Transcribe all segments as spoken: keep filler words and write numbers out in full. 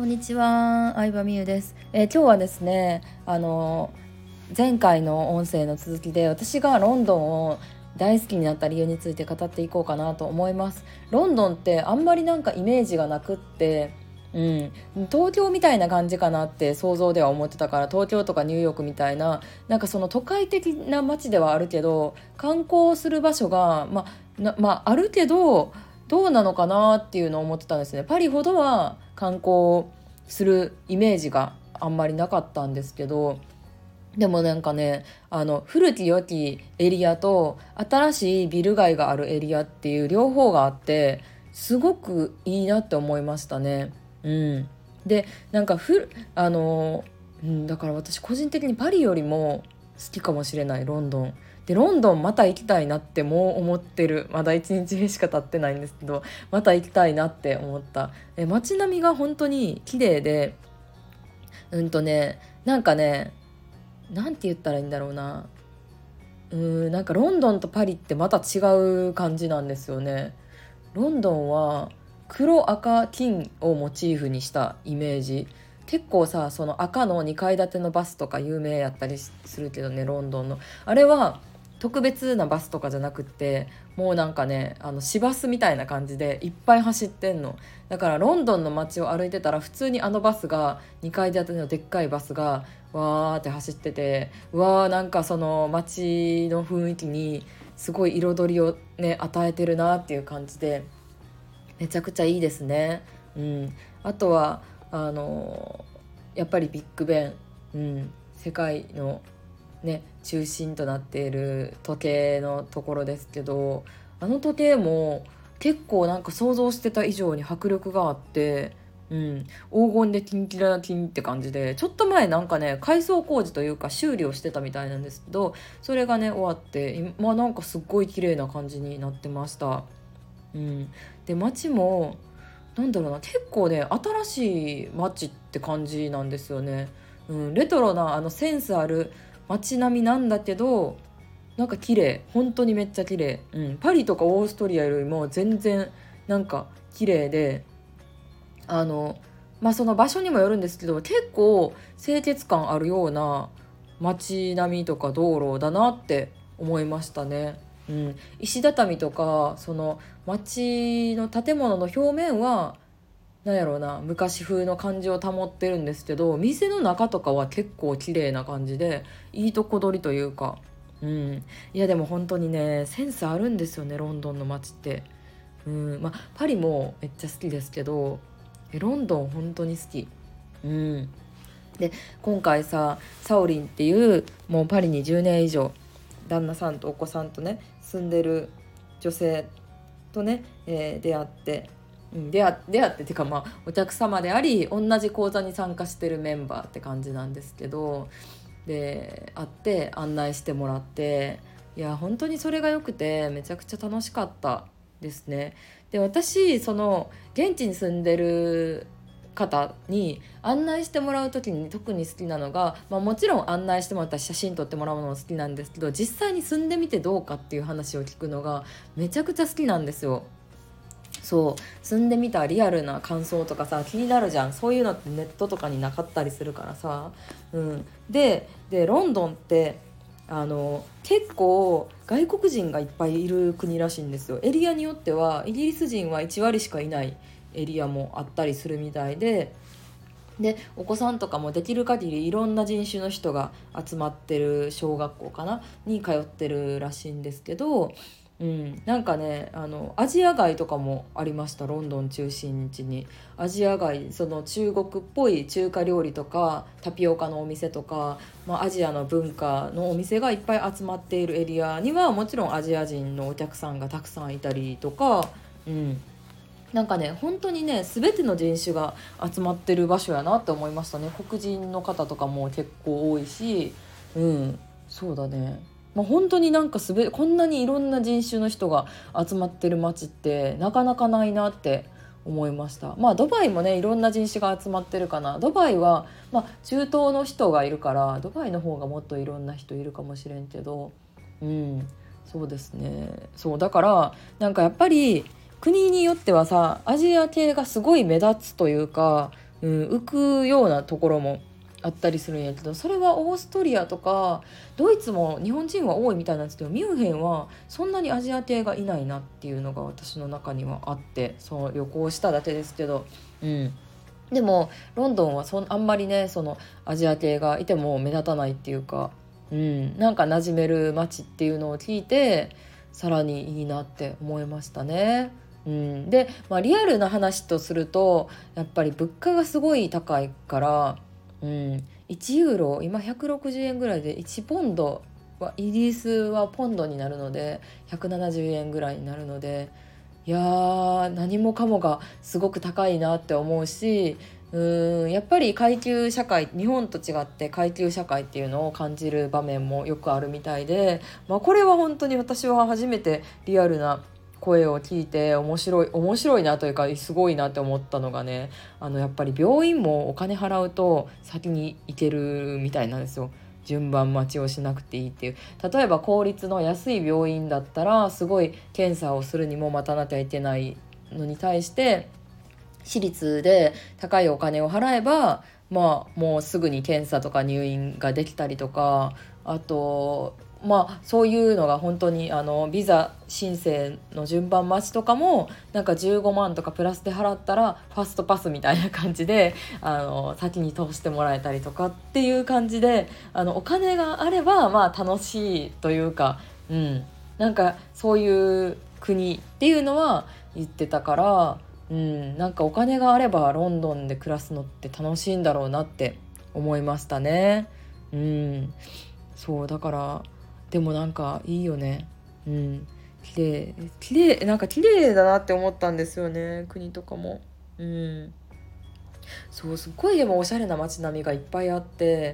こんにちは、相葉美優です。えー今日はですね、あの前回の音声の続きで私がロンドンを大好きになった理由について語っていこうかなと思います。ロンドンってあんまりなんかイメージがなくって、うん、東京みたいな感じかなって想像では思ってたから、東京とかニューヨークみたいななんかその都会的な街ではあるけど、観光する場所がまあなまああるけどどうなのかなっていうのを思ってたんですね。パリほどは観光するイメージがあんまりなかったんですけど、でもなんかね、あの古き良きエリアと新しいビル街があるエリアっていう両方があって、すごくいいなって思いましたね。うん、でなんかふあの、うん、だから私個人的にパリよりも好きかもしれない、ロンドンで。ロンドンまた行きたいなってもう思ってる。まだいちにちしか経ってないんですけど、また行きたいなって思った。え街並みが本当に綺麗で、うんとねなんかねなんて言ったらいいんだろうな、うーんなんかロンドンとパリってまた違う感じなんですよね。ロンドンは黒赤金をモチーフにしたイメージ。結構さ、その赤のにかい建てのバスとか有名やったりするけどね、ロンドンのあれは特別なバスとかじゃなくって、もうなんかね、あの市バスみたいな感じでいっぱい走ってんの。だからロンドンの街を歩いてたら普通にあのバスがにかい建てのでっかいバスがわーって走ってて、うわーなんかその街の雰囲気にすごい彩りをね与えてるなっていう感じで、めちゃくちゃいいですね。うん、あとはあのやっぱりビッグベン、うん、世界の、ね、中心となっている時計のところですけど、あの時計も結構なんか想像してた以上に迫力があって、うん、黄金でキンキラキンって感じで、ちょっと前なんかね改装工事というか修理をしてたみたいなんですけど、それがね終わって今なんかすっごい綺麗な感じになってました。うん、で街もなんだろうな、結構ね新しい街って感じなんですよね。うん、レトロなあのセンスある街並みなんだけど、なんか綺麗、本当にめっちゃ綺麗、うん、パリとかオーストリアよりも全然なんか綺麗で、あのまあその場所にもよるんですけど、結構清潔感あるような街並みとか道路だなって思いましたね。うん、石畳とかその街の建物の表面はなんやろうな、昔風の感じを保ってるんですけど、店の中とかは結構綺麗な感じで、いいとこ取りというか、うん、いやでも本当にねセンスあるんですよね、ロンドンの街って。うん、まあパリもめっちゃ好きですけど、えロンドン本当に好き。うん、で今回さ、サオリンっていうもうパリにじゅうねん以上旦那さんとお子さんとね住んでる女性とね、えー出会って、うん、出会出会ってっていうか、まあお客様であり同じ講座に参加してるメンバーって感じなんですけど、で会って案内してもらって、いや本当にそれが良くてめちゃくちゃ楽しかったですね。で私その現地に住んでる方に案内してもらう時に特に好きなのが、まあ、もちろん案内してもらった写真撮ってもらうのも好きなんですけど、実際に住んでみてどうかっていう話を聞くのがめちゃくちゃ好きなんですよ。そう住んでみたリアルな感想とかさ気になるじゃん。そういうのってネットとかになかったりするからさ、うん、ででロンドンってあの結構外国人がいっぱいいる国らしいんですよ。エリアによってはイギリス人はいち割しかいないエリアもあったりするみたいで、でお子さんとかもできる限りいろんな人種の人が集まってる小学校かなに通ってるらしいんですけど、うん、なんかねあのアジア街とかもありました。ロンドン中心地にアジア街、その中国っぽい中華料理とかタピオカのお店とか、まあ、アジアの文化のお店がいっぱい集まっているエリアにはもちろんアジア人のお客さんがたくさんいたりとか、うん、なんかね本当にね全ての人種が集まってる場所やなって思いましたね。黒人の方とかも結構多いし、うんそうだね、まあ、本当になんかすべこんなにいろんな人種の人が集まってる街ってなかなかないなって思いました。まあドバイもねいろんな人種が集まってるかな。ドバイは、まあ、中東の人がいるからドバイの方がもっといろんな人いるかもしれんけど、うんそうですね。そうだからなんかやっぱり国によってはさアジア系がすごい目立つというか、 うん、浮くようなところもあったりするんやけど、それはオーストリアとかドイツも日本人は多いみたいなんですけど、ミュンヘンはそんなにアジア系がいないなっていうのが私の中にはあって、そう旅行しただけですけど、うん、でもロンドンはそんあんまりねそのアジア系がいても目立たないっていうか、うん、なんか馴染める街っていうのを聞いてさらにいいなって思いましたね。うん、で、まあ、リアルな話とするとやっぱり物価がすごい高いから、うん、いちユーロ今ひゃくろくじゅうえんぐらいで、いちポンドはイギリスはポンドになるのでひゃくななじゅうえんぐらいになるので、いやー何もかもがすごく高いなって思うし、うーんやっぱり階級社会、日本と違って階級社会っていうのを感じる場面もよくあるみたいで、まあ、これは本当に私は初めてリアルな声を聞いて面白い面白いなというかすごいなって思ったのがね、あのやっぱり病院もお金払うと先に行けるみたいなんですよ。順番待ちをしなくていいっていう。例えば公立の安い病院だったらすごい検査をするにも待たなきゃいけないのに対して、私立で高いお金を払えばまあもうすぐに検査とか入院ができたりとか、あとまあそういうのが本当にあのビザ申請の順番待ちとかもなんかじゅうごまんとかプラスで払ったらファストパスみたいな感じであの先に通してもらえたりとかっていう感じで、あのお金があればまあ楽しいというか、うん、なんかそういう国っていうのは言ってたから、うん、なんかお金があればロンドンで暮らすのって楽しいんだろうなって思いましたね。うん、そうだからでもなんかいいよね。うん、綺麗綺麗なんか綺麗だなって思ったんですよね、国とかも。うん、そうすっごいでもおしゃれな街並みがいっぱいあって、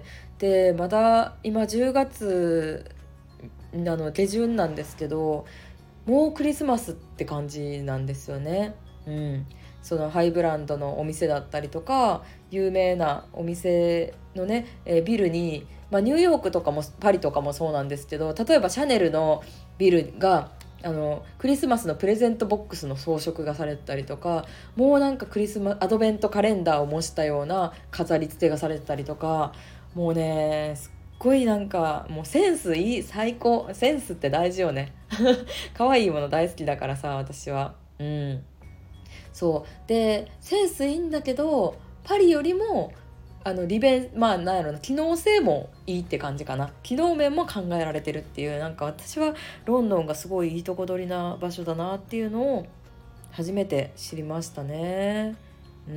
でまだ今じゅうがつなの下旬なんですけど、もうクリスマスって感じなんですよね。うん、そのハイブランドのお店だったりとか有名なお店のね、えービルに、まあ、ニューヨークとかもパリとかもそうなんですけど、例えばシャネルのビルがあのクリスマスのプレゼントボックスの装飾がされてたりとか、もうなんかクリスマアドベントカレンダーを模したような飾り付けがされてたりとか、もうねすっごいなんかもうセンスいい、最高。センスって大事よね。可愛いもの大好きだからさ私は。うん、そうでセンスいいんだけどパリよりもあの利便、まあなんやろな、機能性もいいって感じかな。機能面も考えられてるっていう、なんか私はロンドンがすごいいいとこ取りな場所だなっていうのを初めて知りましたね。うん、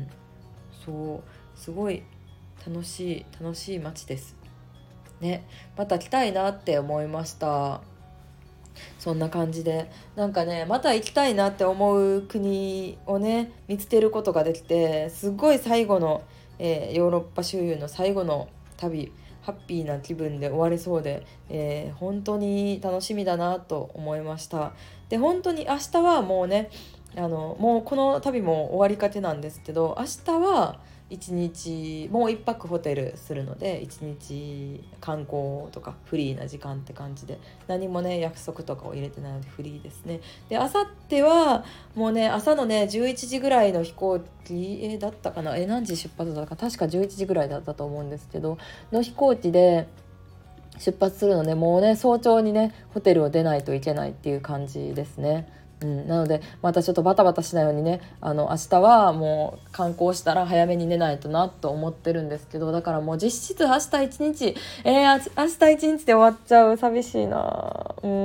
そうすごい楽しい楽しい街ですね。また来たいなって思いました。そんな感じでなんかね、また行きたいなって思う国をね見つけることができて、すっごい最後の、えーヨーロッパ周遊の最後の旅、ハッピーな気分で終われそうで、えー本当に楽しみだなと思いました。で本当に明日はもうね、あのもうこの旅も終わりかけなんですけど、明日はいちにちもういっぱくホテルするので、いちにち観光とかフリーな時間って感じで、何もね約束とかを入れてないのでフリーですね。であさってはもうね朝のねじゅういちじぐらいの飛行機えだったかな、え何時出発だったか、確かじゅういちじぐらいだったと思うんですけどの飛行機で出発するので、もうね早朝にねホテルを出ないといけないっていう感じですね。うん、なのでまたちょっとバタバタしないようにね、あの明日はもう観光したら早めに寝ないとなと思ってるんですけど、だからもう実質明日一日、えー、明日一日で終わっちゃう、寂しいな。うん、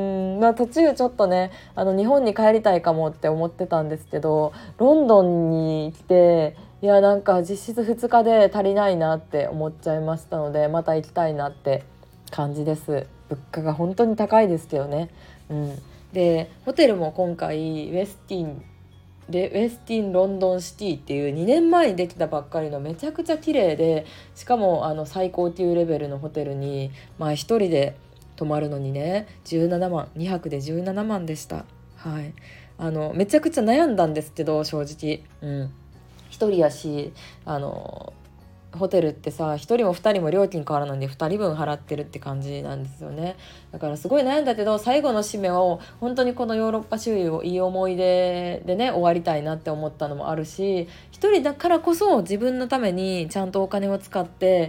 まあ、途中ちょっとねあの日本に帰りたいかもって思ってたんですけど、ロンドンに来ていやなんか実質ふつかで足りないなって思っちゃいましたので、また行きたいなって感じです。物価が本当に高いですけどね。うん、でホテルも今回ウェスティンでウェスティンロンドンシティっていうにねんまえにできたばっかりのめちゃくちゃ綺麗で、しかもあの最高級レベルのホテルにまあ一人で泊まるのにねじゅうななまん、にはくでじゅうななまんでした。はい、あのめちゃくちゃ悩んだんですけど正直、うん、一人やしあのホテルってさ、ひとりもふたりも料金変わらないのでふたりぶん払ってるって感じなんですよね。だからすごい悩んだけど、最後の締めを本当にこのヨーロッパ周遊をいい思い出でね終わりたいなって思ったのもあるし、ひとりだからこそ自分のためにちゃんとお金を使って、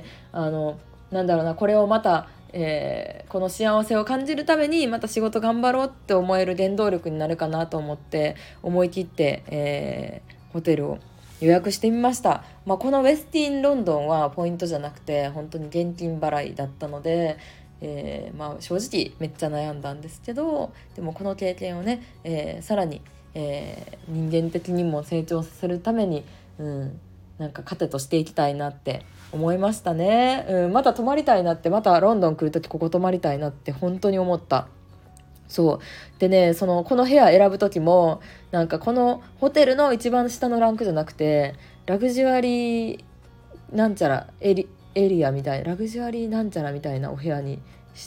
あのなんだろうな、これをまた、えーこの幸せを感じるためにまた仕事頑張ろうって思える原動力になるかなと思って、思い切って、えーホテルを予約してみました。まあ、このウェスティンロンドンはポイントじゃなくて本当に現金払いだったので、えーまあ、正直めっちゃ悩んだんですけど、でもこの経験をね、えーさらに、えー人間的にも成長させるために、うん、なんか糧としていきたいなって思いましたね。うん、また泊まりたいなって、またロンドン来るときここ泊まりたいなって本当に思った。そうでね、そのこの部屋選ぶ時もなんかこのホテルの一番下のランクじゃなくて、ラグジュアリーなんちゃらエリ、エリアみたいな、ラグジュアリーなんちゃらみたいなお部屋にして、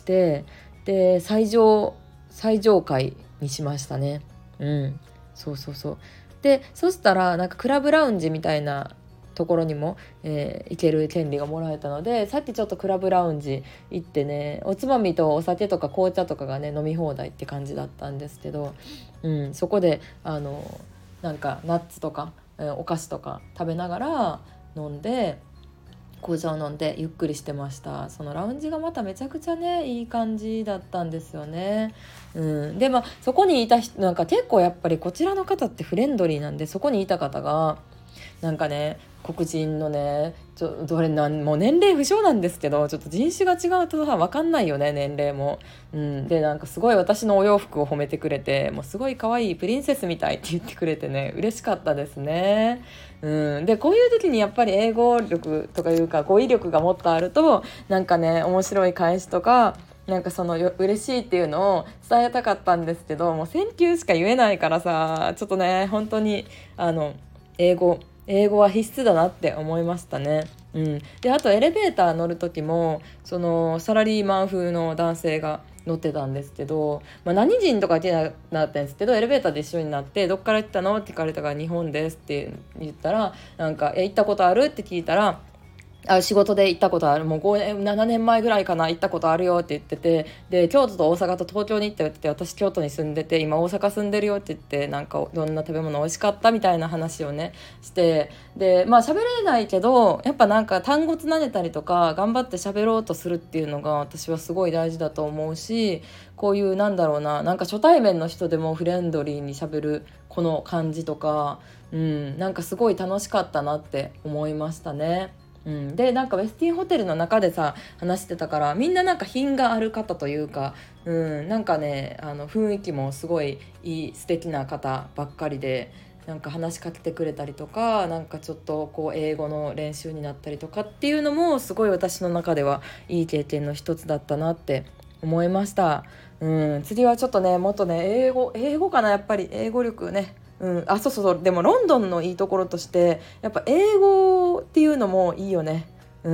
で最上最上階にしましたね。うん、そうそうそう。でそしたらなんかクラブラウンジみたいなところにも、えー行ける権利がもらえたので、さっきちょっとクラブラウンジ行ってね、おつまみとお酒とか紅茶とかがね飲み放題って感じだったんですけど、うん、そこであのなんかナッツとか、えーお菓子とか食べながら飲んで、紅茶を飲んでゆっくりしてました。そのラウンジがまためちゃくちゃねいい感じだったんですよね。うん、でまあそこにいた人なんか結構やっぱりこちらの方ってフレンドリーなんで、そこにいた方がなんかね、黒人のね、ちょどれなんもう年齢不詳なんですけど、ちょっと人種が違うとさ分かんないよね、年齢も。うん、でなんかすごい私のお洋服を褒めてくれて、もうすごい可愛いプリンセスみたいって言ってくれてね、嬉しかったですね。うん、でこういう時にやっぱり英語力とかいうか語彙力がもっとあると、なんかね面白い返しとか、なんかそのよ嬉しいっていうのを伝えたかったんですけど、もうセンキューしか言えないからさ、ちょっとね本当にあの英語英語は必須だなって思いましたね。うん、であとエレベーター乗る時もそのサラリーマン風の男性が乗ってたんですけど、まあ、何人とか言ってなかったんですけど、エレベーターで一緒になってどっから来たのって聞かれたから日本ですって言ったら、なんかえ行ったことあるって聞いたら、あ仕事で行ったことある、もうごねんななねんまえぐらいかな、行ったことあるよって言ってて、で京都と大阪と東京に行ったよって言って、私京都に住んでて今大阪住んでるよって言って、なんかどんな食べ物美味しかったみたいな話をねして、でまあ喋れないけどやっぱなんか単語つなげたりとか頑張って喋ろうとするっていうのが私はすごい大事だと思うし、こういうなんだろうな、なんか初対面の人でもフレンドリーに喋るこの感じとか、うん、なんかすごい楽しかったなって思いましたね。うん、でなんかウェスティンホテルの中でさ話してたから、みんななんか品がある方というか、うん、なんかねあの雰囲気もすごいいい素敵な方ばっかりで、なんか話しかけてくれたりとか、なんかちょっとこう英語の練習になったりとかっていうのもすごい私の中ではいい経験の一つだったなって思いました。うん、次はちょっとねもっとね英語英語かな、やっぱり英語力ね。うん、あそうそうそう、でもロンドンのいいところとしてやっぱ英語っていうのもいいよね。うん、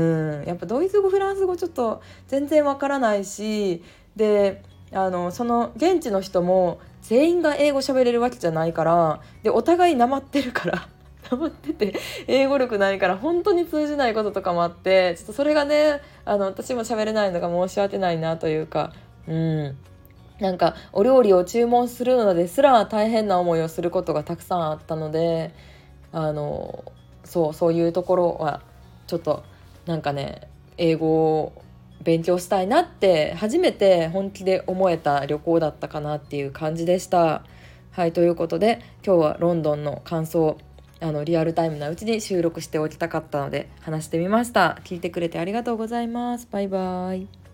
やっぱドイツ語フランス語ちょっと全然わからないし、であのその現地の人も全員が英語喋れるわけじゃないから、でお互いなまってるからなまってて英語力ないから本当に通じないこととかもあって、ちょっとそれがねあの私も喋れないのが申し訳ないなというか、うんなんかお料理を注文するのですら大変な思いをすることがたくさんあったので、あのそうそういうところはちょっとなんかね英語を勉強したいなって初めて本気で思えた旅行だったかなっていう感じでした。はい、ということで今日はロンドンの感想、あのリアルタイムなうちに収録しておきたかったので話してみました。聞いてくれてありがとうございます。バイバイ。